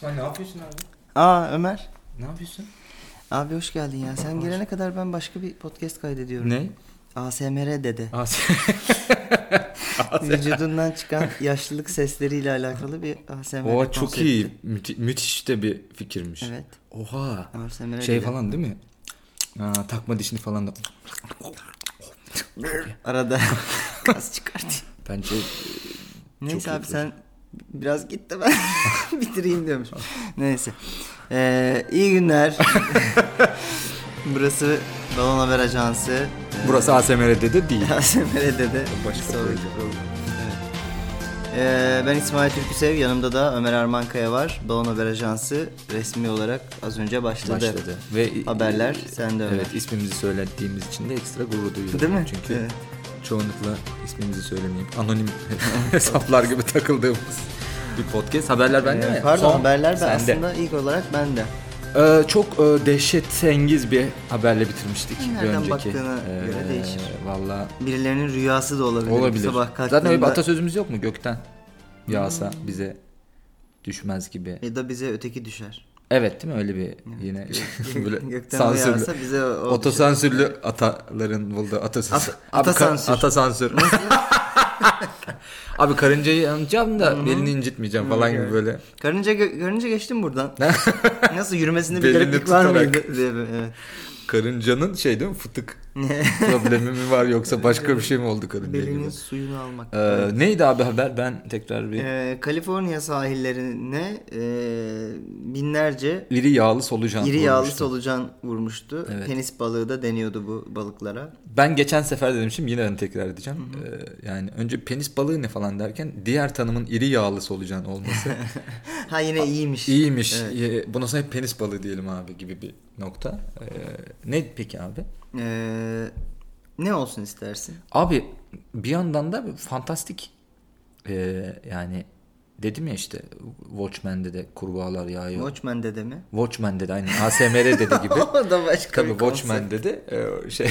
İsmail ne yapıyorsun abi? Ömer. Ne yapıyorsun? Abi hoş geldin ya. Sen gelene kadar ben başka bir podcast kaydediyorum. Ne? ASMR dede. Vücudundan çıkan yaşlılık sesleriyle alakalı bir ASMR Oha konsepti. çok iyi. Müthiş de bir fikirmiş. Evet. Oha. ASMR Şey dede. falan değil mi? Takma dişini falan da. Arada gaz çıkartıyor. Bence Neyse abi sen biraz git de ben bitireyim diyormuş. Neyse. İyi günler. Burası Balon Haber Ajansı. Burası ASMR'de de değil. ASMR'de de Başka sonraki proje. program. Evet. Ben İsmail Türküsev. Yanımda da Ömer Armankaya var. Balon Haber Ajansı resmi olarak az önce başladı. Ve haberler sende Ömer. Evet, ismimizi söylediğimiz için de ekstra gurur duyuyorum. Değil mi? Çünkü evet. çoğunlukla ismimizi söylemeyip anonim hesaplar gibi takıldığımız bir podcast. Haberler bende mi? Pardon, haberler sende. aslında ilk olarak bende. Çok dehşetengiz bir haberle bitirmiştik. Nereden baktığına göre değişir. Valla Birilerinin rüyası da olabilir. Sabah kalktığında... Zaten öyle bir atasözümüz yok mu? Gökten yağsa bize düşmez gibi. Ya da bize öteki düşer. Evet değil mi? Öyle bir yine böyle Gökten sansürlü. yağsa bize Otosansürlü ataların bulduğu atasözü. Atasansür. Atasansür. Abi karıncayı yanacağım da belini incitmeyeceğim falan gibi böyle. Karınca geçtim buradan. Nasıl yürümesinde bir Belini gariplik var tutarak. mıydı? Evet. Karıncanın şey değil mi? Fıtık problemi mi var yoksa başka bir şey mi oldu karınca Belinin gibi? suyunu almak. Evet. Neydi abi haber? Ben tekrar bir... Kaliforniya sahillerine binlerce İri yağlı solucan vurmuştu. solucan vurmuştu. Evet. Penis balığı da deniyordu bu balıklara. Ben geçen sefer demişim, yine tekrar edeceğim. Yani önce penis balığı ne falan derken diğer tanımın iri yağlı solucan olması. Ha yine iyiymiş. İyiymiş. Evet. Buna sonra hep penis balığı diyelim abi gibi bir nokta. Ne peki abi? Ne olsun istersin? Abi bir yandan da fantastik. Yani dedim ya işte Watchmen'de de kurbağalar yağıyor. Watchmen dede mi? Watchmen'de de aynı ASMR dede gibi. O da başka Tabii bir konsept. Watchmen'de de şey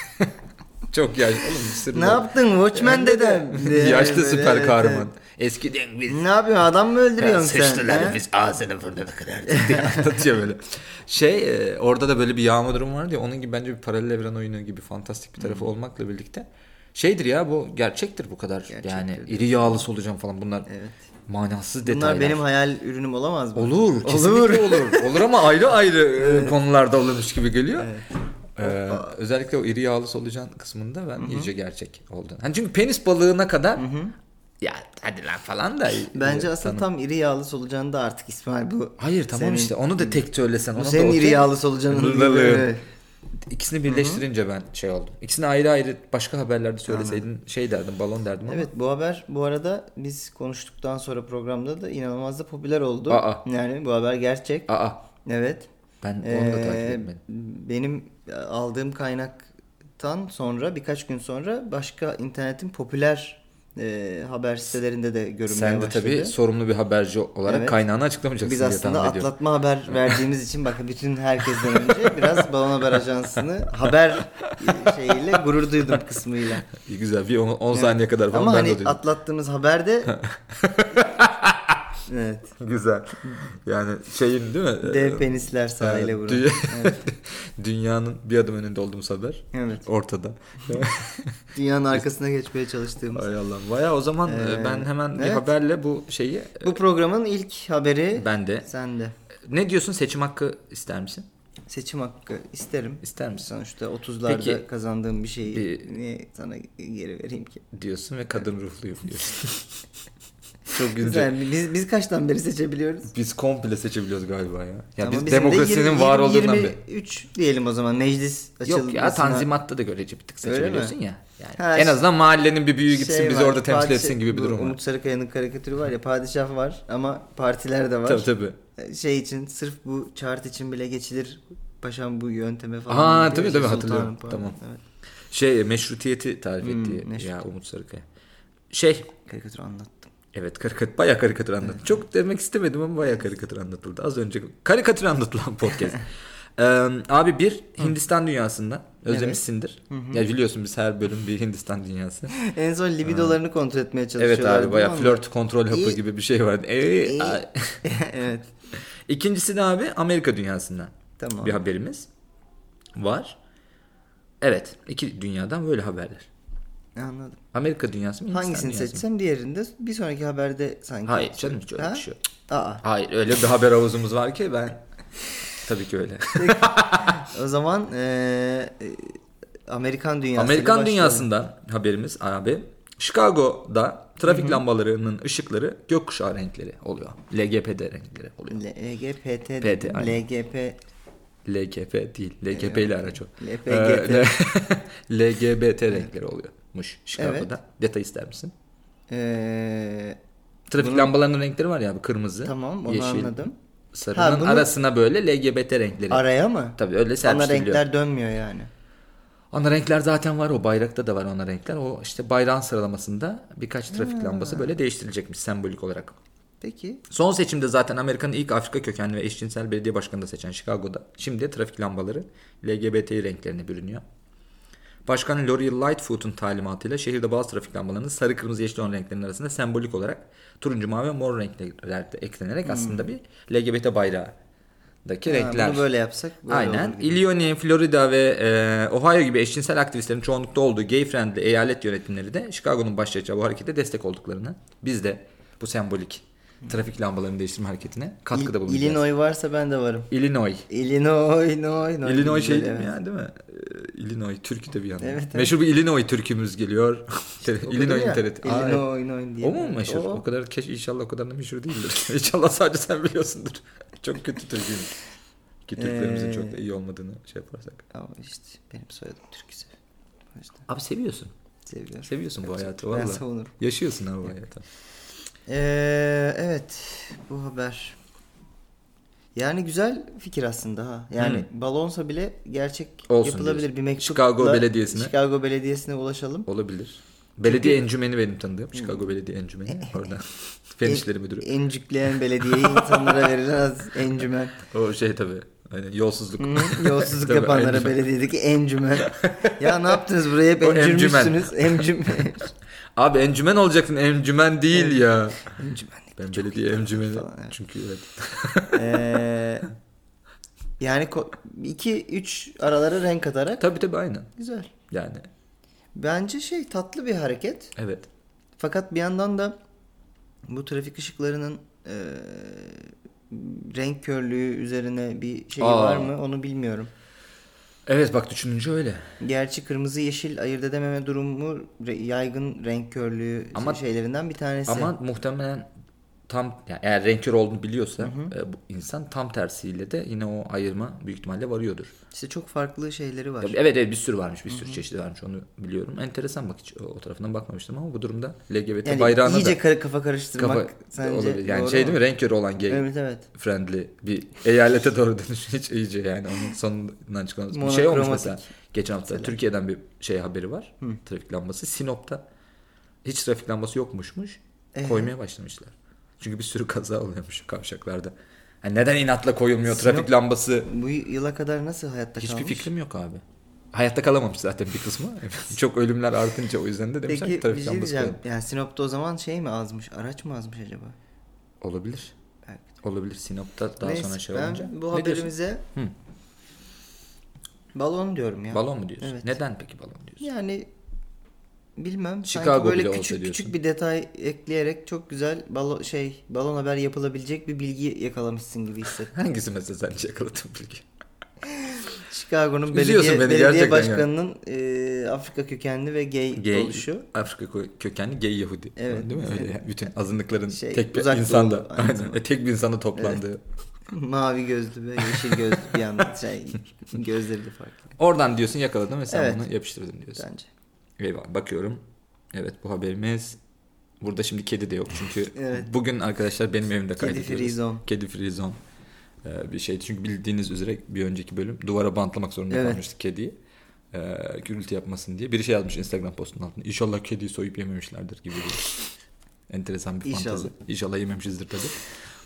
çok yaşlı oğlum. Ne yaptın Watchmen dedem? Yaşlı süper evet, kahraman. evet. Eskiden biz Ne yapıyorsun, adam mı öldürüyorsun sen? sıçtılar biz ağzını burnunu kırardık diye anlatıyor böyle. Orada da böyle bir yağma durum vardı ya, onun gibi bence bir paralel evren oyunu gibi fantastik bir tarafı olmakla birlikte şeydir ya, bu gerçektir bu kadar. Gerçektir, yani iri yağlı solucan falan bunlar Evet. manasız Bunlar detaylar. benim hayal ürünüm olamaz mı? Olur, kesinlikle olur ama ayrı ayrı konularda olurmuş gibi geliyor. Evet. Özellikle o iri yağlı solucan kısmında ben iyice gerçek oldum. Hani çünkü penis balığına kadar ya hadi lan falan da. Bence asıl tam iri yağlı solucan da artık İsmail bu. Hayır tamam işte onu da tek söylesen. Bu senin iri yağlı solucanın. Evet. İkisini birleştirince ben şey oldum. İkisini ayrı ayrı başka haberlerde söyleseydin şey derdim, balon derdim ama. Evet, bu haber bu arada biz konuştuktan sonra programda da inanılmaz da popüler oldu. Yani bu haber gerçek. Evet. Ben onu da takip etmedim. Benim aldığım kaynaktan sonra birkaç gün sonra başka internetin popüler haber sitelerinde de görünmeye Sen de başladı. tabii sorumlu bir haberci olarak kaynağını açıklamayacaksın Biz diye aslında tahmin ediyorum. atlatma haber verdiğimiz için bakın bütün herkesten önce biraz Balon Haber Ajansı'nı haber şeyiyle gurur duydum kısmıyla. İyi güzel, bir 10 saniye kadar falan ama ben hani de duydum. atlattığımız haberde evet. Güzel. Yani şeyin değil mi? Dev penisler sahile vuran. Evet. Dünyanın bir adım önünde olduğumuz haber. Evet. Ortada. Dünyanın arkasına geçmeye çalıştığımız. Hay Allah'ım. Baya o zaman ben hemen bir haberle bu şeyi. Bu programın ilk haberi bende. Sende. Ne diyorsun, seçim hakkı ister misin? Seçim hakkı isterim. İster misin? Sonuçta 30'larda kazandığım bir şeyi niye sana geri vereyim ki? Diyorsun ve kadın ruhluyum diyorsun. Çok güzel. Biz kaçtan beri seçebiliyoruz? Biz komple seçebiliyoruz galiba ya. Ya ama biz demokrasinin var olduğundan beri. 23 diyelim o zaman, meclis açılmasına. Yok ya, tanzimatta da görece bir tık seçebiliyorsun ya. Yani en işte, azından mahallenin bir büyüğü gitsin bizi var, orada temsil etsin gibi bir durum var. Umut Sarıkaya'nın karikatürü var ya, padişah var ama partiler de var. Tabii. Şey için, sırf bu chart için bile geçilir paşam bu yönteme falan. Tabii hatırlıyorum. Tamam. Evet. Meşrutiyeti tarif etti ya Umut Sarıkaya. Karikatür anlattım. Evet, bayağı karikatür anlattım. Evet. Çok demek istemedim ama bayağı karikatür anlatıldı. Az önce karikatür anlatılan podcast. Abi Hindistan dünyasında Özlemişsindir. Ya biliyorsun biz her bölüm bir Hindistan dünyası. En son libidolarını kontrol etmeye çalışıyorlar. Evet abi bayağı flört kontrol hapı gibi bir şey vardı. Evet. İkincisi de abi Amerika dünyasından Tamam. bir haberimiz var. Evet, iki dünyadan böyle haberler. Anladım. Amerika dünyası mı? Hangisini seçsem diğerinde bir sonraki haberde sanki. Hayır canım hiç öyle bir şey yok. Hayır öyle bir haber havuzumuz var ki ben tabii ki öyle. O zaman Amerikan dünyasından haberimiz abi. Chicago'da trafik lambalarının ışıkları gökkuşağı renkleri oluyor. LGBT renkleri oluyor. LGP değil. LGP ile araç o. LGBT renkleri oluyormuş Chicago'da. Evet. Detay ister misin? Trafik lambalarının renkleri var ya abi. Kırmızı, tamam, onu yeşil, anladım. sarının arasına böyle LGBT renkleri. Araya mı? Tabii öyle serpiştiriliyor. Ana renkler dönmüyor yani. Ana renkler zaten var. O bayrakta da var ana renkler. O işte bayrağın sıralamasında birkaç trafik lambası böyle değiştirilecekmiş sembolik olarak. Peki. Son seçimde zaten Amerika'nın ilk Afrika kökenli ve eşcinsel belediye başkanını da seçen Chicago'da şimdi trafik lambaları LGBT renklerine bürünüyor. Başkan Lori Lightfoot'un talimatıyla şehirde bazı trafik lambalarının sarı, kırmızı, yeşil olan renklerin arasında sembolik olarak turuncu, mavi ve mor renkler de eklenerek aslında bir LGBT bayrağındaki renkler. Bunu böyle yapsak böyle aynen. olur. Illinois, Florida ve Ohio gibi eşcinsel aktivistlerin çoğunlukta olduğu gay-friendly eyalet yönetimleri de Chicago'nun başlayacağı bu harekete destek olduklarını, biz de bu sembolik trafik lambalarını değiştirme hareketine katkıda bulunacağız. Illinois varsa ben de varım. Illinois şey değil mi yani değil mi? Illinois türkü de bir yandan. Evet, meşhur bir Illinois türkümüz geliyor. Illinois'in TRT. Illinois diye. O mu meşhur? O kadar inşallah o kadar da meşhur değildir. İnşallah sadece sen biliyorsundur. Çok kötü türküymüş. Ki Türklerimizin çok da iyi olmadığını şey yaparsak. Ama işte benim soyadım Türküse. İşte. Abi seviyorsun. Seviyorum. Seviyorsun bu hayatı valla. Ben savunurum. Yaşıyorsun abi bu hayatı. Evet, bu haber. Yani güzel fikir aslında ha. Yani balonsa bile gerçek olsun yapılabilir diyorsun. Bir mektupla Chicago Belediyesi'ne ulaşalım. Olabilir. Belediye encümeni benim tanıdığım. Chicago Belediye Encümeni. Oradan. Fen İşleri Müdürü. Encükleyen belediyeyi insanlara verilen encümen. O şey tabii. Aynen, yolsuzluk. Yolsuzluk yapanlara belediyedeki encümen. Ya ne yaptınız buraya hep encümüşsünüz. Encümen. Abi encümen olacaksın. Encümen değil ya. Encümenlik. Ben belediye encümeni. Çünkü evet. Yani 2-3 aralara renk atarak. Tabii aynen. Güzel. Yani. Bence tatlı bir hareket. Evet. Fakat bir yandan da bu trafik ışıklarının renk körlüğü üzerine bir şey var mı onu bilmiyorum. Evet bak düşününce öyle. Gerçi kırmızı yeşil ayırt edememe durumu yaygın renk körlüğü şeylerinden bir tanesi. Ama muhtemelen tam yani eğer renk kör olduğunu biliyorsa bu insan tam tersiyle de yine o ayırma büyük ihtimalle varıyordur. İşte çok farklı şeyleri var. Evet bir sürü varmış. Bir sürü çeşidi varmış onu biliyorum. Enteresan bak hiç o tarafından bakmamıştım ama bu durumda LGBT yani bayrağına da iyice kafa karıştırmak sence olabilir. Yani doğru şey mu? değil mi renk körü olan gay evet. friendly bir eyalete doğru dönüş hiç iyice yani onun sonundan çıkan bir şey olmuş mesela. Geçen hafta Türkiye'den bir haberi var. Trafik lambası. Sinop'ta hiç trafik lambası yokmuşmuş. Koymaya başlamışlar. Çünkü bir sürü kaza oluyormuş kavşaklarda. Yani neden inatla koyulmuyor trafik lambası? Bu yıla kadar nasıl hayatta kalmış? Hiçbir fikrim yok abi. Hayatta kalamamış zaten bir kısmı. Çok ölümler artınca o yüzden de demişler ki trafik lambası koyalım. Yani Sinop'ta o zaman mi azmış? Araç mı azmış acaba? Olabilir. Belki. Olabilir. Sinop'ta daha sonra olunca. Bu haberimize balon diyorum ya. Balon mu diyorsun? Evet. Neden peki balon diyorsun? Yani bilmem. Chicago sanki böyle bile küçük bir detay ekleyerek çok güzel balon haber yapılabilecek bir bilgi yakalamışsın gibi hissettim. Hangisi mesela sen yakaladın bilgi? Chicago'nun belediye başkanının Afrika kökenli ve gay oluşu. Afrika kökenli gay Yahudi. Evet. Değil mi? Öyle yani. Bütün azınlıkların tek bir insanda. Aynen. Tek bir insanda toplandığı. Evet. Mavi gözlü ve yeşil gözlü bir yandan gözleri de farklı. Oradan diyorsun yakaladım ve sen bunu yapıştırdın diyorsun. Bence. Eyvallah bakıyorum. Evet bu haberimiz. Burada şimdi kedi de yok çünkü bugün arkadaşlar benim evimde kaydediyoruz. Kedi free zone. Bir şey çünkü bildiğiniz üzere bir önceki bölüm duvara bantlamak zorunda kalmıştık kediyi. Gürültü yapmasın diye. Biri şey yazmış Instagram postunun altına. İnşallah kediyi soyup yememişlerdir gibi bir enteresan bir fantezi. İnşallah yememişizdir tabii.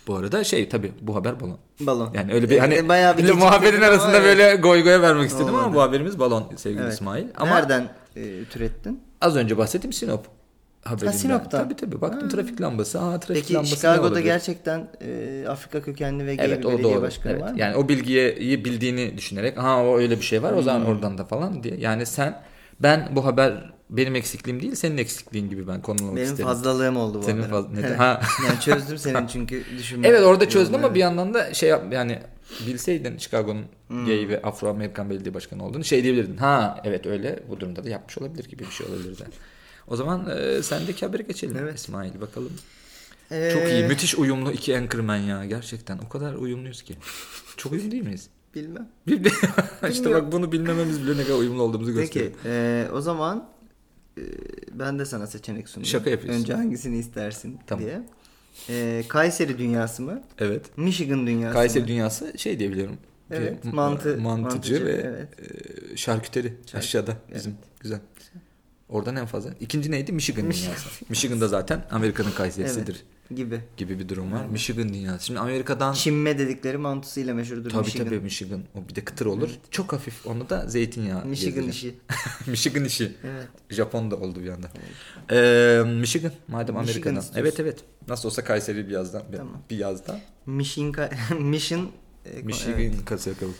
Bu arada tabii bu haber balon. Balon. Yani öyle bir hani bayağı bir muhabbetin arasında böyle goya vermek istedim olmadı. Ama bu haberimiz balon sevgili İsmail. Ama nereden türettin? Az önce bahsettiğim Sinop haberinden. Sinop'tan. Tabii baktım trafik lambası. Trafik peki lambası Chicago'da gerçekten Afrika kökenli ve gay bir belediye başkanı var mı? Yani o bilgiyi bildiğini düşünerek o öyle bir şey var o zaman oradan da falan diye. Yani ben bu haber benim eksikliğim değil senin eksikliğin gibi ben konulamak isterim. Benim fazlalığım oldu bu senin yani çözdüm senin çünkü düşünme. Evet orada çözdüm ama bir yandan da yani bilseydin Chicago'nun gay ve Afro-Amerikan belediye başkanı olduğunu diyebilirdin. Evet öyle bu durumda da yapmış olabilir gibi bir şey olabilirdi. O zaman sendeki haberi geçelim. Evet. İsmail bakalım. Çok iyi müthiş uyumlu iki anchorman ya gerçekten o kadar uyumluyuz ki. Çok uyumlu değil miyiz? Bilmem. İşte bak bunu bilmememiz bile ne kadar uyumlu olduğumuzu gösteriyor. Peki o zaman ben de sana seçenek sunayım. Şaka yapıyorsun. Önce hangisini istersin diye. Kayseri dünyası mı? Evet. Michigan dünyası Kayseri mı? dünyası diye biliyorum. Evet. Mantıcı ve şarküteri aşağıda bizim güzel. Oradan en fazla. İkinci neydi? Michigan dünyası. Michigan'da zaten Amerika'nın Kayseri'sidir. Evet. Gibi bir durum var. Evet. Michigan dünyası. Şimdi Amerika'dan çimme dedikleri mantusuyla meşhurdur Michigan. Tabii Michigan. O bir de kıtır olur. Evet. Çok hafif. Onu da zeytinyağı. Michigan işi. Michigan işi. Evet. Japon'da oldu bir anda. Evet. Michigan madem Amerika'dan. Michigan evet. Nasıl olsa Kayseri bir yazdan. Tamam. Bir yazdan. Michigan kasakalı.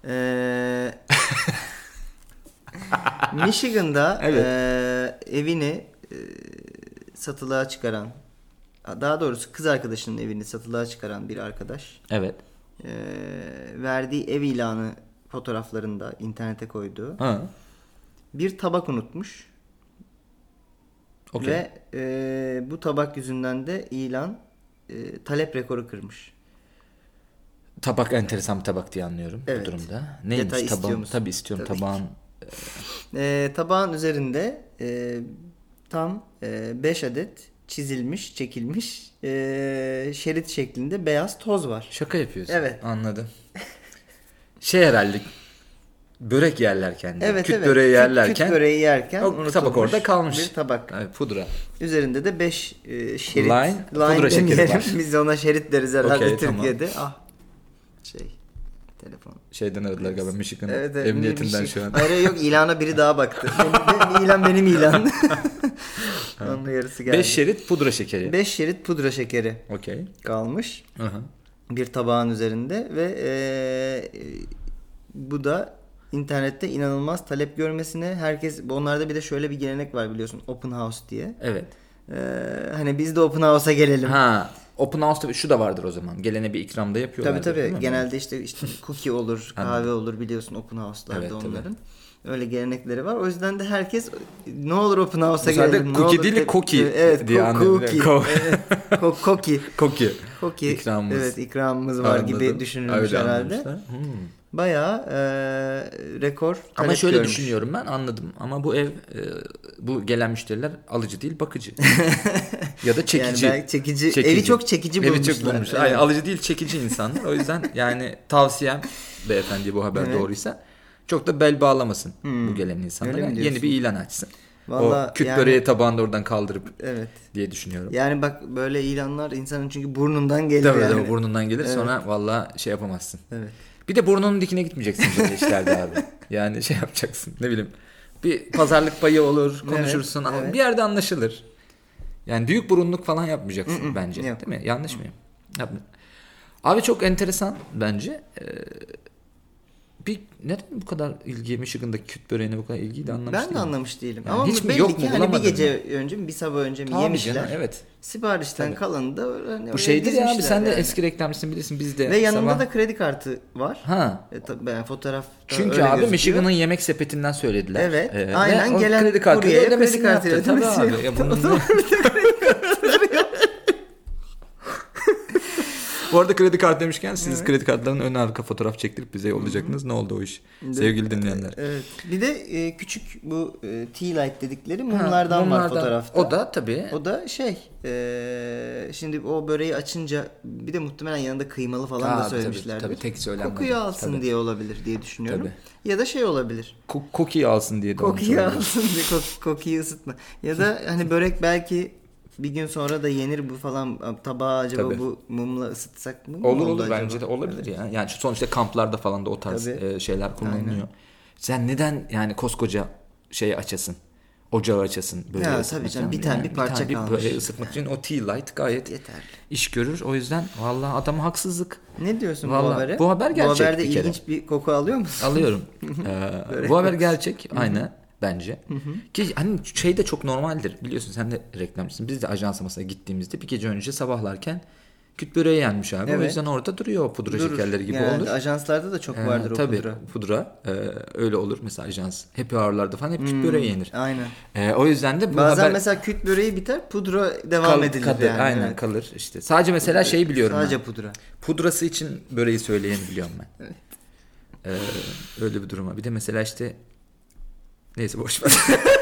Michigan'da evini satılığa çıkaran, daha doğrusu kız arkadaşının evini satılığa çıkaran bir arkadaş. Evet. Verdiği ev ilanı fotoğraflarında internete koyduğu bir tabak unutmuş. Okay. Ve bu tabak yüzünden de ilan talep rekoru kırmış. Tabak enteresan bir tabak diye anlıyorum bu durumda. Neymiş tabağın? Tabii istiyorum tabağın. Tabağın üzerinde tam 5 adet çizilmiş, çekilmiş şerit şeklinde beyaz toz var. Şaka yapıyorsun. Evet. Anladım. herhalde börek yerlerken. Küt böreği yerlerken. Küt böreği yerken o tabak orada kalmış. Bir tabak. Evet, pudra. Üzerinde de 5 şerit. Line pudra şekeri var. Biz ona şerit deriz herhalde Türkiye'de. Tamam. Telefon. Şeyden aradılar galiba Michigan emniyetinden şu an. Hayır yok ilana biri daha baktı. benim ilan. Onun yarısı geldi. 5 şerit pudra şekeri. 5 şerit pudra şekeri. Okay. Kalmış. Bir tabağın üzerinde ve bu da internette inanılmaz talep görmesine onlarda bir de şöyle bir gelenek var biliyorsun open house diye. Evet. Hani biz de open house'a gelelim. Open house'ta şu da vardır o zaman. Gelene bir ikramda yapıyorlar. Tabii. Genelde işte cookie olur, kahve olur biliyorsun open house'larda onların. Tabii. Öyle gelenekleri var. O yüzden de herkes ne olur open house'a gelelim. Cookie değil de cookie diye anlıyorum. Cookie. İkramımız. Evet ikramımız var gibi düşünülmüş herhalde. Bayağı rekor talep ama şöyle görmüş. Düşünüyorum ben anladım ama bu ev bu gelen müşteriler alıcı değil bakıcı ya da çekici. Yani çekici. Evi çok çekici bulmuşlar. Evet. Aynen, alıcı değil çekici insanlar. O yüzden yani tavsiyem beyefendi bu haber doğruysa çok da bel bağlamasın bu gelen insanlara. Yeni bir ilan açsın. Vallahi o küt böreği tabağında oradan kaldırıp diye düşünüyorum. Yani bak böyle ilanlar insanın çünkü burnundan gelir. Tabii burnundan gelir sonra vallahi yapamazsın. Evet. Bir de burnunun dikine gitmeyeceksin böyle işlerde abi. Yani yapacaksın ne bileyim. Bir pazarlık payı olur konuşursun ama bir yerde anlaşılır. Yani büyük burunluk falan yapmayacaksın bence. Yok. Değil mi? Yanlış mıyım? Abi çok enteresan bence. Neden bu kadar ilgi Michigan'daki küt böreğine bu kadar ilgiyi de anlamış değilim. Ben de anlamış değilim. Yani ama hiç mi yok mu hani bir gece önce mi bir sabah önce mi yemişler. Canım, evet. Siparişten kalanı da hani bu şeydir ya abi sen de eski reklamcısın bilirsin biz de. Ve yanında da kredi kartı var. Ben fotoğrafta çünkü abi gözüküyor. Michigan'ın yemek sepetinden söylediler. Evet. Aynen gelen kredi kartıyla ödemesini yaptı. Tabii abi. Ya bunun Bu arada kredi kartı demişken siz kredi kartlarının ön arka fotoğraf çektirip bize yollayacaktınız. Ne oldu o iş? Sevgili dinleyenler. Evet. Bir de küçük bu tea light dedikleri mumlardan var fotoğrafta. O da tabii. O da şimdi o böreği açınca bir de muhtemelen yanında kıymalı falan da söylemişlerdir. Tabii tek söylenmedi. Kokuyu alsın diye olabilir diye düşünüyorum. Tabii. Ya da olabilir. Cookie alsın diye de Cookie alsın diye cookie ısıtma. Ya da hani börek belki Bir gün sonra da yenir bu falan tabağı acaba Tabii. bu mumla ısıtsak mı? Olur bence de olabilir ya. Yani sonuçta kamplarda falan da o tarz şeyler kullanılıyor. Aynen. Sen neden yani koskoca açasın? Ocağı açasın böyle ya, tabii canım bir tane bir parça kalmış. Böyle ısıtmak için o tea light gayet yeterli. İş görür. O yüzden vallahi adama haksızlık. Ne diyorsun vallahi, bu habere? Bu haber gerçek. Bu haberde bir ilginç bir koku alıyor musun? Alıyorum. Bu haber gerçek. Aynı bence. Ki hani şey de çok normaldir. Biliyorsun sen de reklamcısın. Biz de ajansa mesela gittiğimizde bir gece önce sabahlarken küt böreği yenmiş abi. Evet. O yüzden orada duruyor o pudra şekerleri gibi yani olur. Ajanslarda da çok vardır o tabii, pudra. Pudra öyle olur. Mesela ajans happy hour'larda falan hep küt böreği yenir. Aynen. O yüzden de bu bazen haber... mesela küt böreği biter, pudra devam edilir kalır, yani. Aynen kalır işte. Sadece mesela şeyi biliyorum sadece ben. Pudra. Pudrası için böreği söyleyeni biliyorum ben. Evet. Öyle bir duruma. Bir de mesela işte neyse boş ver.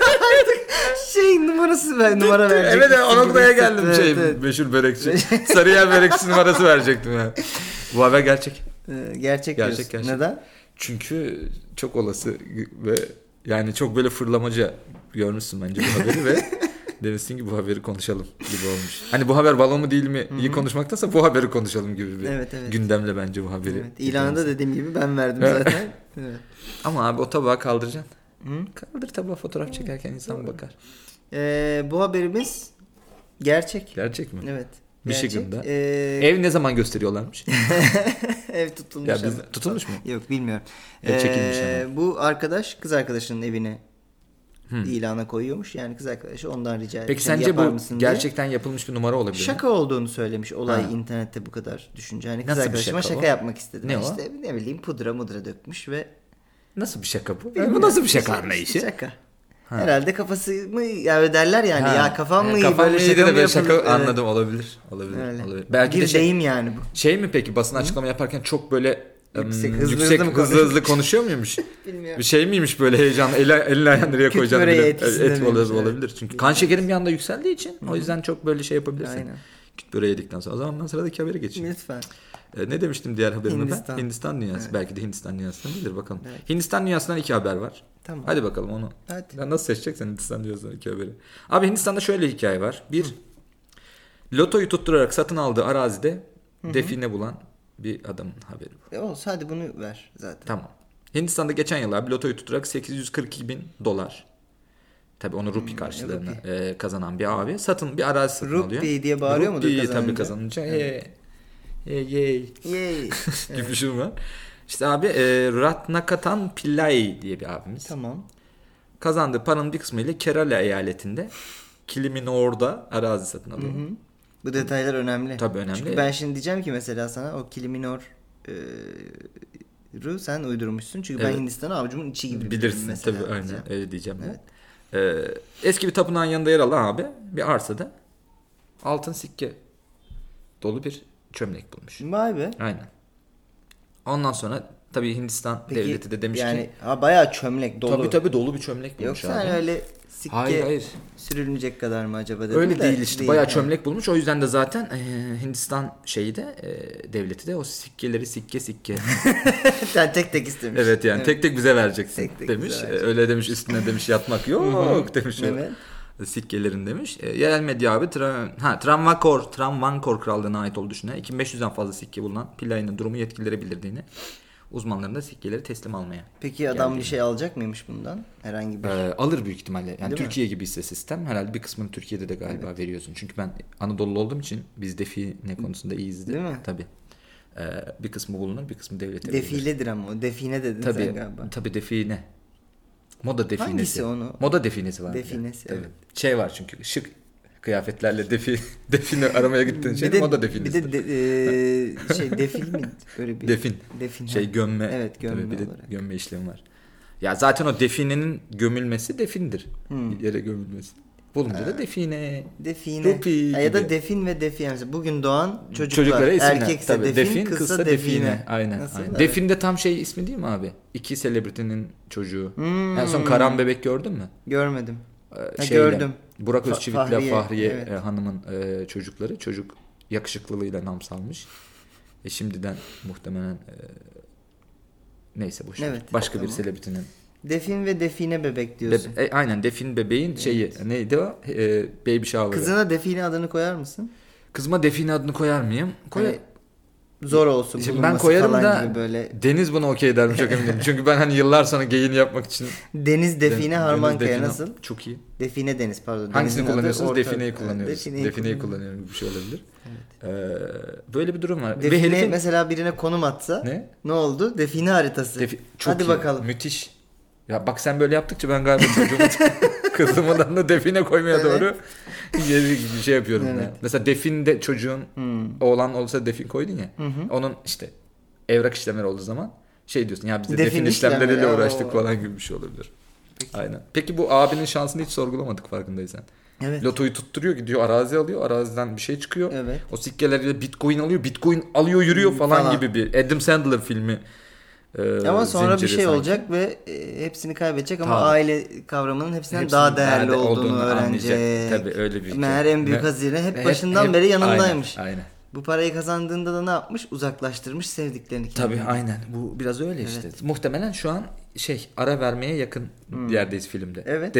Numara verecektim. Evet o noktaya geldim evet. Meşhur börekçi. Sarıyer börekçi numarası verecektim yani. Bu haber gerçek. Gerçek. Neden? Çünkü çok olası ve yani çok böyle fırlamaca görmüşsün bence bu haberi ve demişsin ki bu haberi konuşalım gibi olmuş. Hani bu haber balon mu değil mi iyi konuşmaktansa bu haberi konuşalım gibi bir gündemle bence bu haberi. Evet. İlanında dediğim gibi ben verdim zaten. Evet. Ama abi o tabağı kaldıracaksın. Kaldır tabağı fotoğraf çekerken insan bakar. Bu haberimiz gerçek. Gerçek mi? Evet. Michigan'da. Ev ne zaman gösteriyorlarmış? Ev tutulmuş. Ya tutulmuş mu? Yok bilmiyorum. Çekilmiş ama. Bu arkadaş kız arkadaşının evine ilana koyuyormuş. Yani kız arkadaşı ondan rica etmiş. Peki sence bu gerçekten yapılmış bir numara olabilir mi? Şaka olduğunu söylemiş olay internette bu kadar düşünce. Yani kız arkadaşıma şaka yapmak istedi. Ne işte ne bileyim pudra dökmüş ve nasıl bir şaka bu? Bu nasıl bir şaka anlayışı? Şaka. Herhalde kafası mı ya derler yani ya kafam mı iyi böyle şaka mı yapılır? Anladım olabilir. Belki de deyim yani bu. Şey mi peki basın açıklama yaparken çok böyle yüksek hızlı konuşuyor muymuş? Bilmiyorum. Bir şey miymiş böyle heyecan elini ayağını nereye koyacağını et olabilir. Çünkü kan şekerim bir anda yükseldiği için o yüzden çok böyle şey yapabilirsin. Aynen. Küt böreği yedikten sonra. O zaman ben sıradaki habere geçeyim. Lütfen. Ne demiştim diğer haberime ben? Hindistan dünyası. Evet. Belki de Hindistan dünyasından değildir bakalım. Evet. Hindistan dünyasından 2 haber var. Tamam. Hadi bakalım onu. Hadi. Ya nasıl seçeceksin Hindistan dünyasından 2 haberi? Abi Hindistan'da şöyle hikaye var. Bir, lotoyu tutturarak satın aldığı arazide define bulan bir adamın haberi bu. Olsun hadi bunu ver zaten. Tamam. Hindistan'da geçen yıl abi lotoyu tutturarak $842,000 tabii onu rupi karşılığında kazanan bir abi bir arazi satın alıyor. Rupi diye bağırıyor mudur kazanınca? Tabii kazanınca. Yey. gibi bir şey var. İşte abi Ratnakatan Pillai diye bir abimiz. Tamam. Kazandığı paranın bir kısmıyla Kerala eyaletinde Kiliminor'da arazi satın alıyor. Bu detaylar önemli. Tabii önemli. Çünkü ben şimdi diyeceğim ki mesela sana o Kiliminor sen uydurmuşsun. Çünkü ben Hindistan'ı avucumun içi gibi bilirsin mesela. Tabii aynen öyle diyeceğim. Evet. Eski bir tapınağın yanında yer alan abi bir arsada altın sikke dolu bir çömlek bulmuş. Vay be. Aynen. Ondan sonra tabii Hindistan devleti de demiş yani, ki bayağı çömlek dolu. Tabii dolu bir çömlek bulmuş. Yoksa abi. Öyle sikke hayır. Sürülmeyecek kadar mı acaba dedim. Öyle değil işte. Bayağı çömlek bulmuş. O yüzden de zaten Hindistan devleti de o sikkeleri sikke. Yani tek istemiş. Evet yani tek bize vereceksin demiş. Öyle demiş üstüne demiş yatmak yok demiş. Evet. Sikkelerin demiş. Yerel medya abi Travancore krallığına ait olduğu düşünülen 2500'den fazla sikke bulunan Pillai'nin durumu yetkililere bildirdiğini, uzmanların da sikkeleri teslim almaya. Peki adam bir şey alacak mıymış bundan? Herhangi bir alır büyük ihtimalle. Yani değil Türkiye gibi ise sistem herhalde bir kısmını Türkiye'de de galiba veriyorsun. Çünkü ben Anadolu olduğum için biz define konusunda iyiyiz. Değil mi? Tabii. Bir kısmı bulunur, bir kısmı devlete defiledir ama o define dedin sen galiba. Tabii define. Moda definesi. Hangisi onu? Moda definesi var. Definesi evet. Şey var çünkü şık kıyafetlerle define aramaya gittiğin şey moda definesi. Bir de defil mi? Öyle bir defin. Şey gömme. Evet gömme bir de olarak. gömme işlemi var. Ya zaten o definenin gömülmesi defindir. Bir yere gömülmesi. Bulunca da define. Rupi ya da defin ve define. Yani bugün doğan çocuklara erkekse tabii, defin, kızsa define. Aynen. Defin de tam şey ismi değil mi abi? 2 selebritenin çocuğu. En son Karan Bebek gördün mü? Görmedim. Gördüm. Burak Özçivit'le Fahriye Hanım'ın çocukları. Çocuk yakışıklılığıyla nam salmış. Şimdiden muhtemelen neyse boşver. Evet, başka bir selebritenin Defin ve Define bebek diyorsun. Aynen, Defin bebeğin şeyi neydi o? Baby shower'ı. Kızına Define adını koyar mısın? Kızıma Define adını koyar mıyım? Zor olsun. Şimdi ben koyarım da böyle... Deniz buna okey der mi çok emin değilim. Çünkü ben hani yıllar sonra geyini yapmak için. Deniz Define Harmankaya nasıl? Çok iyi. Define Deniz pardon. Hangisini kullanıyorsunuz? Define'yi kullanıyoruz. Define'yi kullanıyorum. Bir şey olabilir. Evet. Böyle bir durum var. Define herifin... mesela birine konum atsa ne oldu? Define haritası. Çok hadi iyi. Bakalım. Müthiş. Ya bak sen böyle yaptıkça ben galiba kızımdan da Define koymaya doğru bir şey yapıyorum. Evet. Mesela Defin'de çocuğun oğlan olsa Defin koydun ya. Onun işte evrak işlemleri olduğu zaman şey diyorsun ya biz de Defin işlemleriyle uğraştık falan gibi bir şey olabilir. Peki. Aynen. Peki bu abinin şansını hiç sorgulamadık farkındaysan. Evet. Lotoyu tutturuyor, gidiyor arazi alıyor, araziden bir şey çıkıyor. Evet. O sikkeleriyle Bitcoin alıyor, Bitcoin alıyor yürüyor falan gibi bir Adam Sandler filmi. Ama sonra bir şey sanki olacak ve hepsini kaybedecek ama aile kavramının hepsinden daha değerli olduğunu öğrenecek. Tabii öyle bir. Meğer en büyük hazine hep başından beri yanındaymış. Aynen. Bu parayı kazandığında da ne yapmış? Uzaklaştırmış sevdiklerini. Tabii aynen. Bu biraz öyle işte. Muhtemelen şu an ara vermeye yakın yerdeyiz filmde.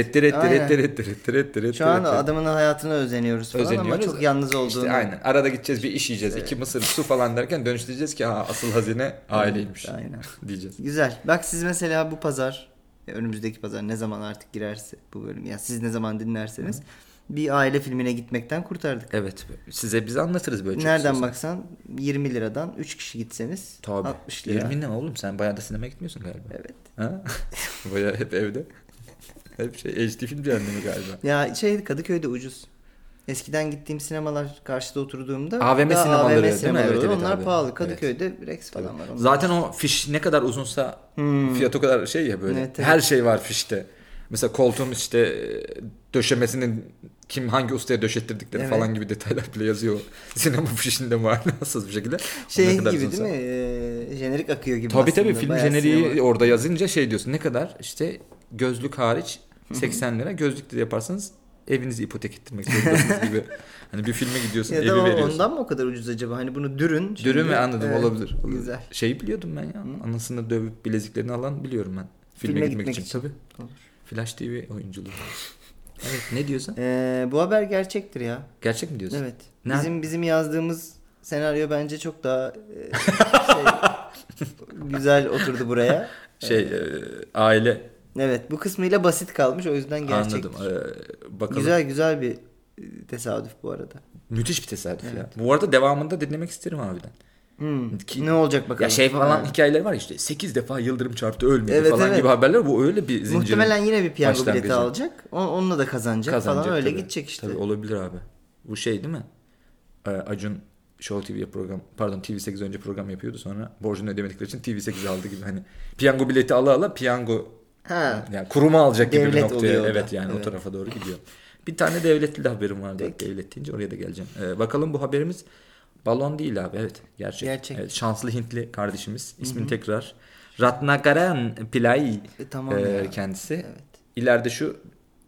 Evet. Şu an adamın hayatına özeniyoruz falan ama çok yalnız olduğunu. İşte aynen. Arada gideceğiz, bir iş yiyeceğiz. 2 mısır su falan derken dönüştüreceğiz ki asıl hazine aileymiş. Aynen. Diyeceğiz. Güzel. Bak siz mesela bu pazar, önümüzdeki pazar ne zaman artık girerse bu bölüm. Yani siz ne zaman dinlerseniz bir aile filmine gitmekten kurtardık. Evet. Size biz anlatırız böyle. Nereden baksan 20 liradan 3 kişi gitseniz tabii. 60 lira. 20 ne oğlum, sen bayağı da sinemaya gitmiyorsun galiba. Evet. Ha? Bayağı hep evde. Hep HD film cehennemi galiba. Ya Kadıköy'de ucuz. Eskiden gittiğim sinemalar karşıda oturduğumda AVM sinemaları değil mi? Evet, onlar abi. Pahalı. Kadıköy'de Rex falan var. Zaten o fiş ne kadar uzunsa fiyat o kadar şey ya böyle. Evet. Her şey var fişte. Mesela koltuğun işte döşemesinin hangi ustaya döşettirdikleri falan gibi detaylar bile yazıyor. Sinema fişinde manasız bir şekilde. Gibi değil mi? Jenerik akıyor gibi. Tabii film jeneriği orada yazınca şey diyorsun. Ne kadar? İşte gözlük hariç 80 lira. Gözlükleri yaparsanız evinizi ipotek ettirmek zorundasınız gibi. Hani bir filme gidiyorsun, evi veriyorsun. Ondan mı o kadar ucuz acaba? Hani bunu dürün. Dürün ve anladım, olabilir. Güzel. Şeyi biliyordum ben ya. Anasını dövüp bileziklerini alan biliyorum ben. Filme gitmek için. Tabii. Olur. Flash TV oyunculuğu. Evet, ne diyorsun? Bu haber gerçektir ya. Gerçek mi diyorsun? Evet. Bizim yazdığımız senaryo bence çok daha güzel oturdu buraya. Aile. Evet, bu kısmıyla basit kalmış, o yüzden gerçektir. Anladım. Bakalım. Güzel bir tesadüf bu arada. Müthiş bir tesadüf ya. Bu arada devamında dinlemek isterim abiden. Ne olacak bakalım. Ya falan hikayeler var işte 8 defa yıldırım çarptı ölmedi falan gibi haberler. Bu öyle bir zincir. Muhtemelen yine bir piyango bileti alacak. Onunla da kazanacak falan, öyle tabii. Gidecek işte. Tabii olabilir abi. Bu değil mi? Acun Show TV'ye TV8 önce program yapıyordu, sonra borcunu ödemedikleri için TV8 aldı gibi, hani piyango bileti ala piyango yani kurumu alacak gibi bir noktaya. Evet yani o tarafa doğru gidiyor. Bir tane devletli de haberim vardı. Peki. Devlet deyince oraya da geleceğim. Bakalım, bu haberimiz balon değil abi. Evet, gerçek. Evet, şanslı Hintli kardeşimiz. İsmini tekrar. Ratnakaran Pillai kendisi. Evet. İleride şu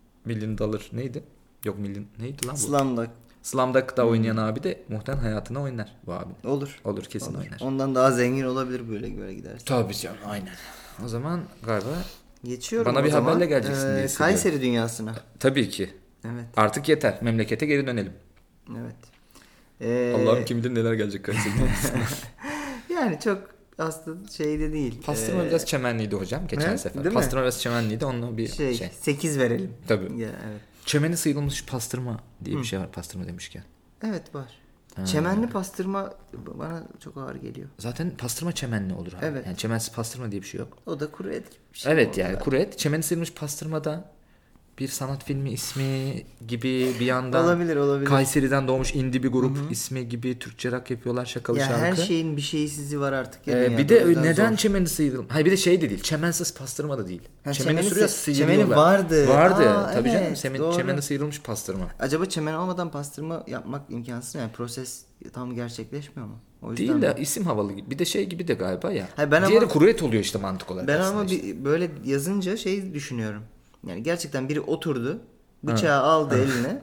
$1 million neydi? Yok neydi lan bu? Slumdog'da oynayan abi de muhtemelen hayatına oynar bu abi. Olur kesin oynar. Ondan daha zengin olabilir böyle giderse. Tabii canım, aynen. O zaman galiba geçiyorum. Bana bir haberle geleceksin diye hissediyorum. Kayseri dünyasına. Tabii ki. Evet. Artık yeter. Memlekete geri dönelim. Evet. Allah'ım kim bilir neler gelecek Kayseri dünyasına. Yani çok aslında de değil. Pastırma biraz çemenliydi hocam geçen sefer. Değil Pastırma biraz çemenliydi, onunla bir 8 verelim. Tabii. Ya, evet. Çemeni sıyrılmış pastırma diye bir şey var, pastırma demişken. Evet, var. Çemenli pastırma bana çok ağır geliyor. Zaten pastırma çemenli olur abi. Evet. Yani çemensiz pastırma diye bir şey yok. O da kuru et gibi bir şey. Evet yani kuru et. Çemeni sıyrılmış pastırma da bir sanat filmi ismi gibi bir yandan. Olabilir. Kayseri'den doğmuş indie bir grup ismi gibi, Türkçe rock yapıyorlar, şakalı şarkı. Her şeyin bir şeysizi var artık. Bir de neden çemeni sıyrılmış? Hayır, bir de de değil. Çemensiz pastırma da değil. Çemeni sürüyor, sıyrılıyorlar. Çemeni vardı. Tabii canım. Çemeni sıyrılmış pastırma. Acaba çemen olmadan pastırma yapmak imkansız mı? Yani proses tam gerçekleşmiyor mu? O değil de isim havalı gibi. Bir de gibi de galiba ya. Diğeri kuru et oluyor işte mantık olarak. Ben ama böyle yazınca düşünüyorum. Yani gerçekten biri oturdu, bıçağı aldı eline,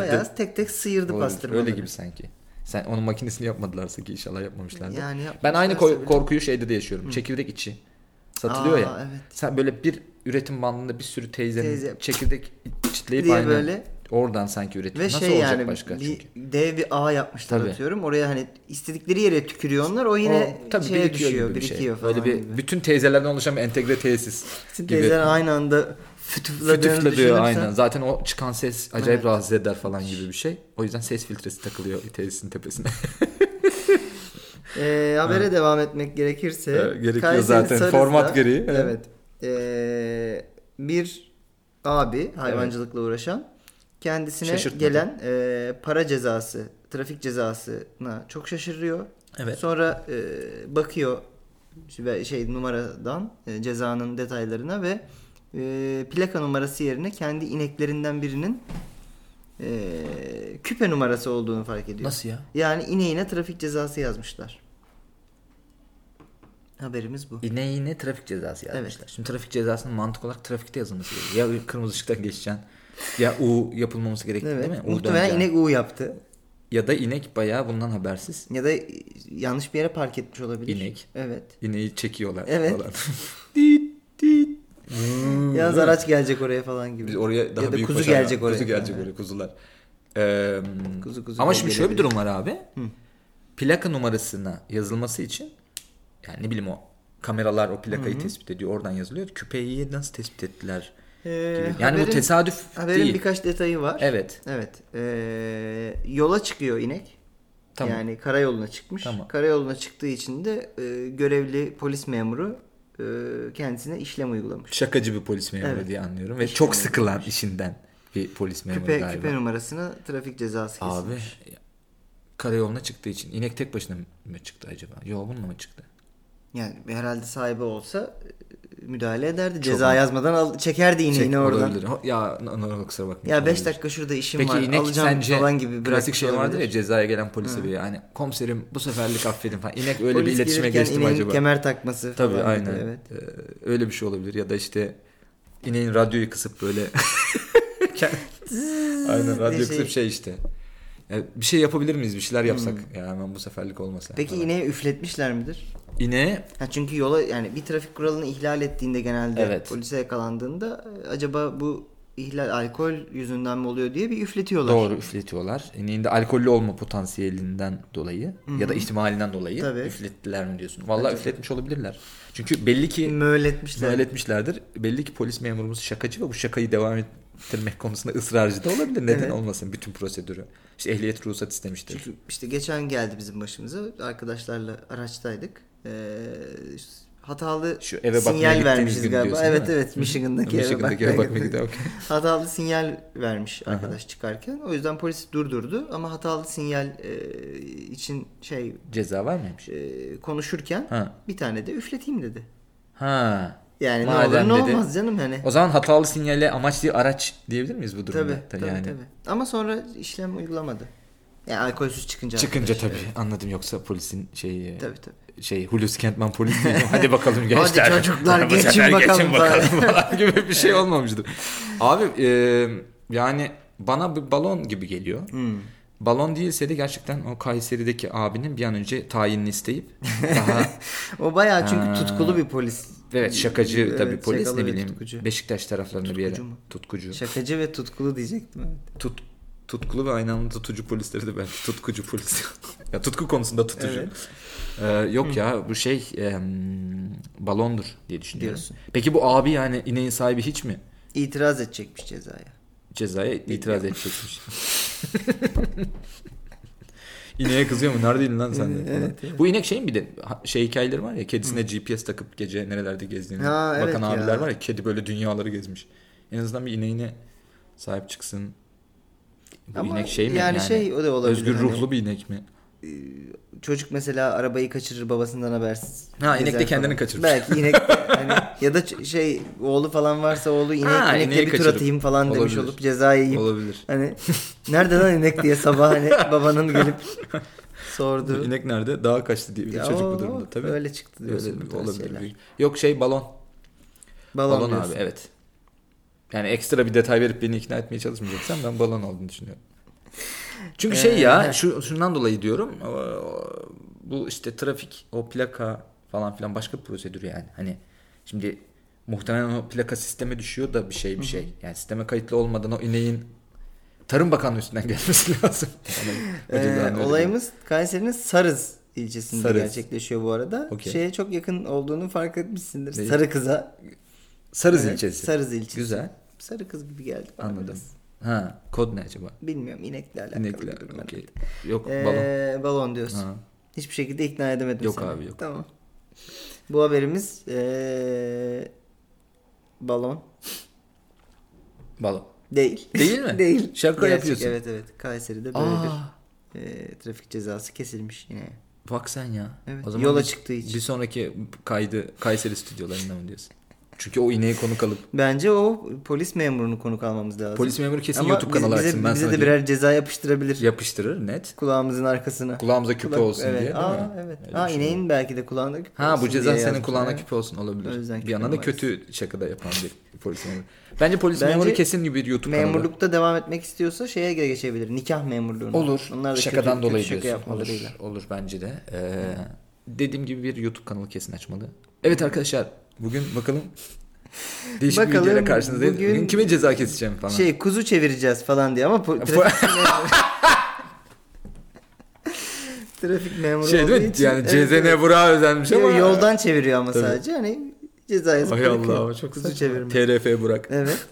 tek sıyırdı pastırmaları. Öyle gibi sanki. Sen onun makinesini yapmadılarsa ki inşallah yapmamışlardır. Yani ben aynı korkuyu de yaşıyorum. Çekirdek içi satılıyor ya. Evet. Sen böyle bir üretim bandında bir sürü teyzenin çekirdek çitleyip diye aynen böyle oradan sanki üretiyor. Ve Nasıl şey olacak yani başka? bir dev bir ağ yapmışlar Tabii. atıyorum. Oraya hani istedikleri yere tükürüyor onlar. O yine şeye düşüyor, birikiyor falan. Böyle bir bütün teyzelerden oluşan bir entegre tesis bütün gibi. teyzeler aynı anda fütüfle diyor aynen. Zaten o çıkan ses acayip rahatsız eder falan gibi bir şey. O yüzden ses filtresi takılıyor tesisin tepesine. Habere devam etmek gerekirse. Gerekiyor Kayseri zaten Sarız'da, format gereği. Evet. Bir abi hayvancılıkla uğraşan kendisine gelen para cezası, trafik cezasına çok şaşırıyor. Evet. Sonra bakıyor numaradan cezanın detaylarına ve plaka numarası yerine kendi ineklerinden birinin küpe numarası olduğunu fark ediyor. Nasıl ya? Yani ineğine trafik cezası yazmışlar. Haberimiz bu. İneğine trafik cezası yazmışlar. Evet. Şimdi trafik cezasının mantık olarak trafikte yazılması gerekiyor. Ya kırmızı ışıktan geçeceksin ya U yapılmaması gerekiyor evet. değil mi? Muhtemelen inek U yaptı. Ya da inek bayağı bundan habersiz. Ya da yanlış bir yere park etmiş olabilir. İnek. Evet. İneği çekiyorlar falan. Yalnız araç gelecek oraya falan gibi. Biz oraya daha ya da büyük kuzu gelecek oraya. Kuzu gelecek oraya kuzular. Kuzu ama şimdi şöyle bir durum var abi. Plaka numarasına yazılması için yani ne bileyim o kameralar o plakayı tespit ediyor. Oradan yazılıyor. Küpeyi nasıl tespit ettiler? Yani bu tesadüf haberin değil. Birkaç detayı var. Evet. Yola çıkıyor inek. Tamam. Yani karayoluna çıkmış. Tamam. Karayoluna çıktığı için de görevli polis memuru kendisine işlem uygulamış. Şakacı bir polis memuru diye anlıyorum. Ve çok sıkılan işinden bir polis memuru galiba. Küpe numarasına trafik cezası kesilmiş. Abi karayoluna çıktığı için. İnek tek başına mı çıktı acaba? Yok bununla mı çıktı? Yani herhalde sahibi olsa müdahale ederdi. Ceza yazmadan çekerdi ineğini oradan. Olabilir. Ya kusura bakma. Ya 5 dakika şurada işim var. Peki alacağım falan gibi. Klasik şey vardır ya cezaya gelen polise bir yani komiserim bu seferlik affedin falan. İnek öyle bir iletişime geçti mi acaba? Kemer takması falan. Tabii aynen. Gibi, evet. Öyle bir şey olabilir ya da işte ineğin radyoyu kısıp böyle aynen radyoyu kısıp işte. Yani bir şey yapabilir miyiz? Bir şeyler yapsak. Ya hemen bu seferlik olmasa. Peki falan. İneğe üfletmişler midir? İneğe? Çünkü yola yani bir trafik kuralını ihlal ettiğinde genelde polise yakalandığında acaba bu ihlal alkol yüzünden mi oluyor diye bir üfletiyorlar. Doğru üfletiyorlar. İneğin de alkollü olma potansiyelinden dolayı ya da ihtimalinden dolayı üflettiler mi diyorsun? Vallahi üfletmiş olabilirler. Çünkü belli ki müelletmişlerdir. Belli ki polis memurumuz şakacı ve bu şakayı devam ettirmek konusunda ısrarcı da olabilir. Neden olmasın bütün prosedürü. İşte ehliyet ruhsat istemiştir. Çünkü işte geçen geldi bizim başımıza. Arkadaşlarla araçtaydık. Hatalı sinyal vermişiz galiba. Evet Michigan'daki eve bakmaya gidiyor. Hatalı sinyal vermiş arkadaş çıkarken. O yüzden polis durdurdu ama hatalı sinyal için ceza var mıymış? Konuşurken bir tane de üfleteyim dedi. Yani madem ne olur ne olmaz canım hani. O zaman hatalı sinyale amaçlı araç diyebilir miyiz bu durumda? Tabii. Ama sonra işlem uygulamadı. Yani alkolsüz çıkınca tabii anladım, yoksa polisin Hulusi Kentman polis değil. Hadi bakalım Hadi gençler. çocuklar geçin bakalım falan gibi bir şey olmamıştır. Abi yani bana bir balon gibi geliyor. Balon değilse de gerçekten o Kayseri'deki abinin bir an önce tayinini isteyip daha o bayağı çünkü tutkulu bir polis. Evet, şakacı tabii polis, ne bileyim tutkucu. Beşiktaş taraflarında bir yere. Tutkucu. Şakacı ve tutkulu diyecektim. Evet. Tutkulu ve aynı anda tutucu polisleri de belki tutkucu polis. Ya tutku konusunda tutucu. Evet. Yok ya bu balondur diye düşünüyorum. Diyorsun. Peki bu abi yani ineğin sahibi hiç mi? İtiraz edecekmiş cezaya itiraz edecekmiş. İneğe kızıyor mu? Neredeydin lan sen de? Evet. Bu inek bir de hikayeleri var ya, kedisine GPS takıp gece nerelerde gezdiğini bakan abiler var ya, kedi böyle dünyaları gezmiş. En azından bir ineğine sahip çıksın. Bu ama inek mi? Yani o da olabilir. Özgür ruhlu bir inek mi? Çocuk mesela arabayı kaçırır babasından habersiz. İnek de kendini kaçırmış. Belki inek ya da oğlu falan varsa oğlu inekle bir tur atayım falan olabilir. Demiş olup cezayı yiyip. Olabilir. Nerede lan inek diye sabah babanın gelip sordu. İnek nerede? Dağa kaçtı diye bir çocuk bu durumda tabii. Öyle çıktı diyorsun. Öyle olabilir. Yok balon. Balon abi, evet. Yani ekstra bir detay verip beni ikna etmeye çalışmayacaksan ben balon olduğunu düşünüyorum. Çünkü şundan dolayı diyorum, bu işte trafik, o plaka falan filan başka bir prosedür yani. Hani şimdi muhtemelen o plaka sisteme düşüyor da bir şey. Yani sisteme kayıtlı olmadan o ineğin Tarım Bakanlığı üstünden gelmesi lazım. Olayımız Kayseri'nin Sarız ilçesinde gerçekleşiyor bu arada. Okay. Şeye çok yakın olduğunu fark etmişsindir. Değil. Sarıkız'a. Sarız ilçesi. Sarız ilçesi. Güzel. Sarı kız gibi geldi. Anladım. Ha, kod ne acaba? Bilmiyorum, inekle alakalı. İnekle. Okay. Yok balon. Balon diyorsun. Ha. Hiçbir şekilde ikna edemedim yok seni. Yok abi yok. Tamam. Bu haberimiz balon. Balon. Değil. Değil mi? Değil. Şaka yapıyorsun. Evet. Kayseri'de böyle bir trafik cezası kesilmiş yine. Bak sen ya. Evet. O zaman yola çıktığı için. Bir sonraki kaydı Kayseri stüdyolarında mı diyorsun? Çünkü o ineği konuk alıp. Bence o polis memurunu konuk almamız lazım. Polis memuru kesin ama YouTube kanalı açsın. Bize de birer ceza yapıştırabilir. Yapıştırır net. Kulağımızın arkasına. Kulağımıza küpe olsun evet. diye. Evet. İneğin belki de kulağında küpe olsun. Bu ceza senin kulağına küpe olsun olabilir. Bir yandan da kötü şakada yapan bir polis memuru. Bence polis memuru kesin bir YouTube kanalı. Memurlukta devam etmek istiyorsa şeye geçebilir. Nikah memurluğuna. Olur. Onlar da şakadan dolayı şaka diyorsun. Olur bence de. Dediğim gibi bir YouTube kanalı kesin açmalı. Evet arkadaşlar, bugün bakalım değişik bir videoyla karşınızdayız. Bugün kime ceza keseceğim falan. Kuzu çevireceğiz falan diye ama trafik memuru değil mi? için. Yani CZN Burak'a özenmiş ama. Yoldan çeviriyor ama sadece. Hani cezayı Allah çok kuzu çevirme. TRF Burak. Evet.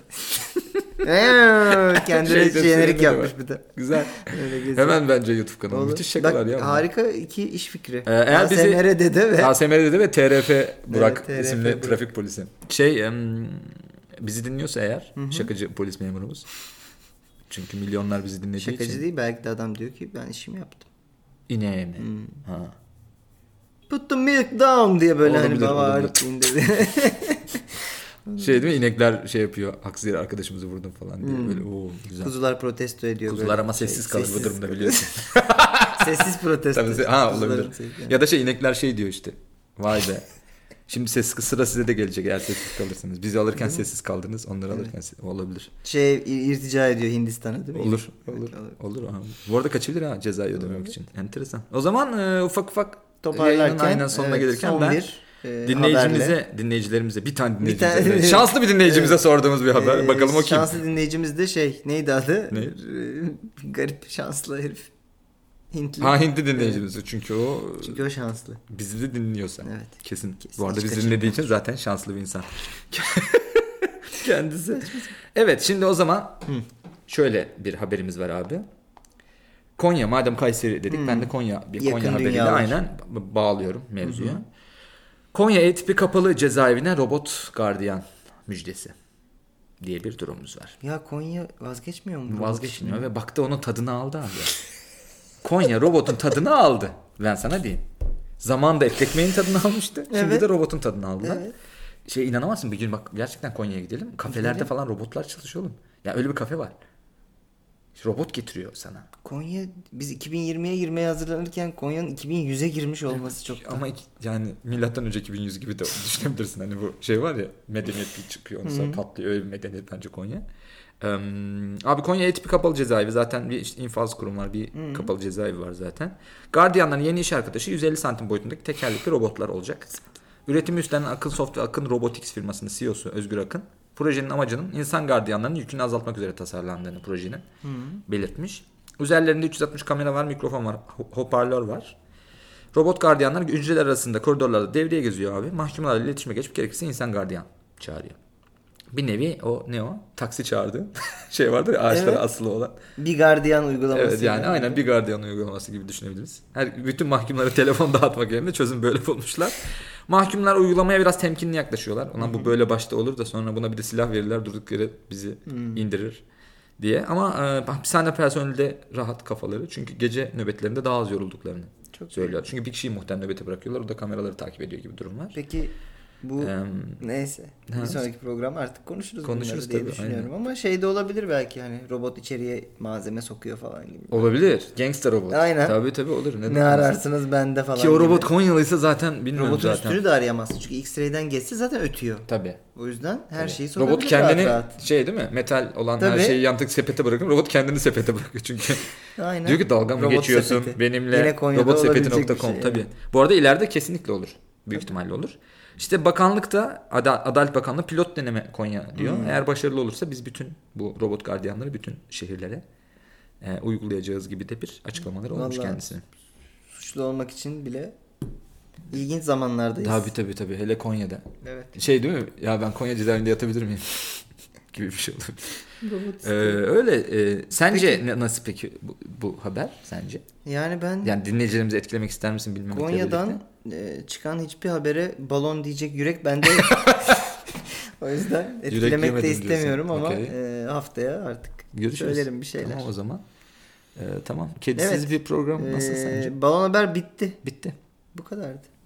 Kendine jenerik yapmış bir de. Güzel. Hemen bence YouTube kanalı. Müthiş şakalar ya. Harika iki iş fikri. Eğer bizi ASMR'de ve TRF Burak evet, isimli trafik polisi. Bizi dinliyorsa eğer şakacı polis memurumuz. Çünkü milyonlar bizi dinlediği için. Şakacı değil, belki de adam diyor ki ben işimi yaptım. İneğe mi? Put the milk down diye böyle olabilir, hani bağırıp indirdi. Değil mi? İnekler yapıyor. Haksız yere arkadaşımızı vurdum falan diye. Böyle güzel. Kuzular protesto ediyor. Kuzular böyle. Ama sessiz kalır bu durumda biliyorsun. Sessiz protesto. Olabilir. Yani. Ya da inekler diyor işte. Vay be. Şimdi sıra size de gelecek eğer sessiz kalırsınız. Bizi alırken sessiz kaldınız. Onları alırken olabilir. İrtica ediyor Hindistan'a değil mi? Olur. Bu arada kaçabilir cezayı ödememek için. Enteresan. O zaman ufak toparlarken aynen sonuna gelirken son ben dinleyicilerimize bir tane dinleyicimize şanslı bir dinleyicimize sorduğumuz bir haber. Bakalım o kim? Şanslı dinleyicimiz de neydi adı? Ne? Garip şanslı herif. Hintli. Hintli dinleyicimiz çünkü o şanslı. Bizi de dinliyorsa. Evet. Kesin. Bu arada bizi dinlediği için zaten şanslı bir insan. Kendisi. Evet, şimdi o zaman şöyle bir haberimiz var abi. Konya, madem Kayseri dedik, ben de Konya haberiyle aynen bağlıyorum mevzuya. Konya E-tipi kapalı cezaevine robot gardiyan müjdesi diye bir durumumuz var. Ya Konya vazgeçmiyor mu? Vazgeçmiyor ve baktı onun tadını aldı abi. Konya robotun tadını aldı. Ben sana diyeyim. Zamanında et ekmeğin tadını almıştı. Şimdi de robotun tadını aldılar. Evet. İnanamazsın, bir gün bak gerçekten Konya'ya gidelim. Kafelerde falan robotlar çalışıyor oğlum. Ya öyle bir kafe var. Robot getiriyor sana. Konya, biz 2020'ye girmeye hazırlanırken Konya'nın 2100'e girmiş olması çok ama yani milattan önce 2100 gibi de düşünebilirsin. Hani bu var ya, medeniyet bir çıkıyor ondan sonra patlıyor. Öyle bir medeniyet bence Konya. Abi Konya E-tipi kapalı cezaevi, zaten bir infaz kurumu var, bir kapalı cezaevi var zaten. Gardiyanların yeni iş arkadaşı 150 santim boyutundaki tekerlekli robotlar olacak. Üretimi üstlenen Akın Soft ve Akın Robotics firmasının CEO'su Özgür Akın, projenin amacının insan gardiyanlarının yükünü azaltmak üzere tasarlandığını projenin belirtmiş. Üzerlerinde 360 kamera var, mikrofon var, hoparlör var. Robot gardiyanlar hücreler arasında koridorlarda devreye geziyor abi. Mahkumlarla iletişime geçip gerekirse insan gardiyan çağırıyor. Bir nevi taksi çağırdı. Vardır ya, ağaçlara asılı olan. Bir gardiyan uygulaması. Evet yani aynen bir gardiyan uygulaması gibi düşünebiliriz. Bütün mahkumlara telefon dağıtmak yerine çözüm böyle bulmuşlar. Mahkumlar uygulamaya biraz temkinli yaklaşıyorlar. Ona bu böyle başta olur da sonra buna bir de silah verirler, durduk yere bizi indirir diye. Ama hapishane personeli de rahat kafaları. Çünkü gece nöbetlerinde daha az yorulduklarını söylüyor. Çünkü bir kişiyi muhtemelen nöbete bırakıyorlar. O da kameraları takip ediyor gibi durum var. Peki bu neyse. Bir sonraki program artık konuşuruz diye düşünüyorum. Aynen. Ama de olabilir belki, hani robot içeriye malzeme sokuyor falan gibi. Olabilir. Gangster robot. Aynen. Tabii olur. Ne ararsınız bende falan. Ki o robot Konyalıysa zaten bilmiyorum robotun zaten. Robotun üstünü de arayamazsın. Çünkü X-ray'den geçse zaten ötüyor. Tabii. O yüzden her şeyi sorabilir. Robot kendini rahat. Değil mi? Metal olan her şeyi yantık sepete bırakıyor. Robot kendini sepete bırakıyor çünkü. Aynen. Diyor ki dalga mı robot geçiyorsun sepeti. Benimle robotsepeti.com tabii. Bu arada ileride kesinlikle olur. Büyük ihtimalle olur. İşte bakanlık da Adalet Bakanlığı pilot deneme Konya diyor. Eğer başarılı olursa biz bütün bu robot gardiyanları bütün şehirlere uygulayacağız gibi de bir açıklamaları olmuş kendisine. Suçlu olmak için bile ilginç zamanlardayız. Tabii. Hele Konya'da. Evet. Şey değil mi? Ya ben Konya cezaevinde yatabilir miyim? gibi bir şey olabilir. Öyle. Sence peki, nasıl peki bu haber sence? Yani dinleyicilerimizi etkilemek ister misin bilmemekle Konya'dan çıkan hiçbir habere balon diyecek yürek bende yok. O yüzden etkilemek de istemiyorum ama haftaya artık söylerim bir şeyler. Tamam o zaman. Tamam. Kedisiz bir program nasıl sence? Balon haber bitti. Bitti. Bu kadardı.